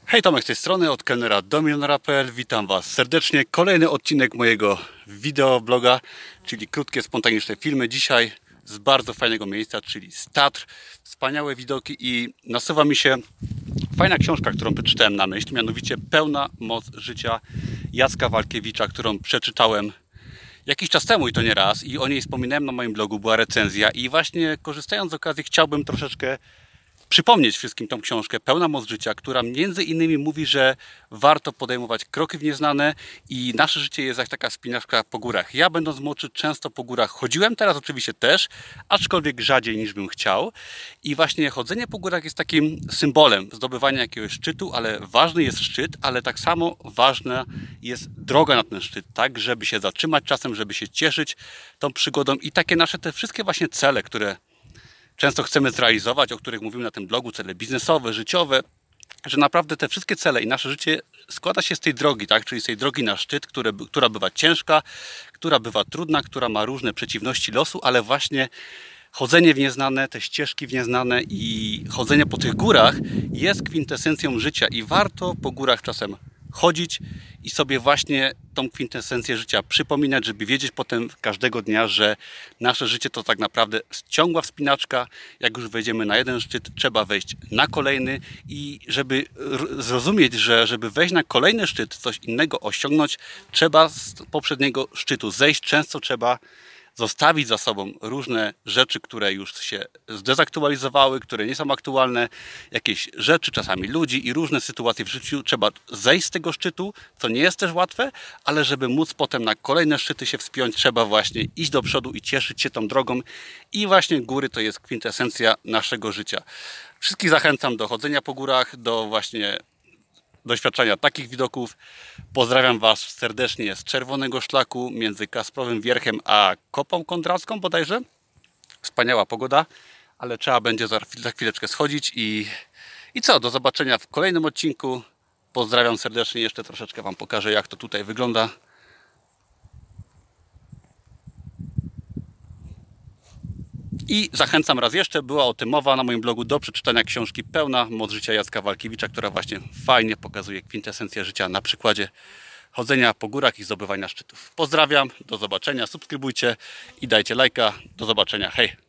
Hej, Tomek z tej strony, od kelnera do milionera.pl. Witam Was serdecznie. Kolejny odcinek mojego wideobloga, czyli krótkie, spontaniczne filmy. Dzisiaj z bardzo fajnego miejsca, czyli z Tatr. Wspaniałe widoki i nasuwa mi się fajna książka, którą przeczytałem na myśl, mianowicie Pełna moc życia Jacka Walkiewicza, którą przeczytałem jakiś czas temu i to nie raz, i o niej wspominałem na moim blogu, była recenzja i właśnie korzystając z okazji chciałbym troszeczkę przypomnieć wszystkim tą książkę Pełna moc życia, która między innymi mówi, że warto podejmować kroki w nieznane i nasze życie jest jak taka wspinaczka po górach. Ja, będąc młodszy, często po górach chodziłem, teraz oczywiście też, aczkolwiek rzadziej niż bym chciał. I właśnie chodzenie po górach jest takim symbolem zdobywania jakiegoś szczytu, ale ważny jest szczyt, ale tak samo ważna jest droga na ten szczyt, tak, żeby się zatrzymać czasem, żeby się cieszyć tą przygodą i takie nasze te wszystkie właśnie cele, które często chcemy zrealizować, o których mówimy na tym blogu, cele biznesowe, życiowe, że naprawdę te wszystkie cele i nasze życie składa się z tej drogi, tak? Czyli z tej drogi na szczyt, która bywa ciężka, która bywa trudna, która ma różne przeciwności losu, ale właśnie chodzenie w nieznane, te ścieżki w nieznane i chodzenie po tych górach jest kwintesencją życia i warto po górach czasem chodzić i sobie właśnie tą kwintesencję życia przypominać, żeby wiedzieć potem każdego dnia, że nasze życie to tak naprawdę ciągła wspinaczka. Jak już wejdziemy na jeden szczyt, trzeba wejść na kolejny i żeby zrozumieć, że żeby wejść na kolejny szczyt, coś innego osiągnąć, trzeba z poprzedniego szczytu zejść. Często trzeba zostawić za sobą różne rzeczy, które już się zdezaktualizowały, które nie są aktualne, jakieś rzeczy, czasami ludzi i różne sytuacje w życiu. Trzeba zejść z tego szczytu, co nie jest też łatwe, ale żeby móc potem na kolejne szczyty się wspiąć, trzeba właśnie iść do przodu i cieszyć się tą drogą. I właśnie góry to jest kwintesencja naszego życia. Wszystkich zachęcam do chodzenia po górach, do właśnie doświadczenia takich widoków. Pozdrawiam Was serdecznie z Czerwonego Szlaku między Kasprowym Wierchem a Kopą Kondracką bodajże. Wspaniała pogoda, ale trzeba będzie za chwileczkę schodzić i co? Do zobaczenia w kolejnym odcinku. Pozdrawiam serdecznie. Jeszcze troszeczkę Wam pokażę, jak to tutaj wygląda. I zachęcam raz jeszcze, była o tym mowa na moim blogu, do przeczytania książki Pełna moc życia Jacka Walkiewicza, która właśnie fajnie pokazuje kwintesencję życia na przykładzie chodzenia po górach i zdobywania szczytów. Pozdrawiam, do zobaczenia, subskrybujcie i dajcie lajka. Do zobaczenia, hej!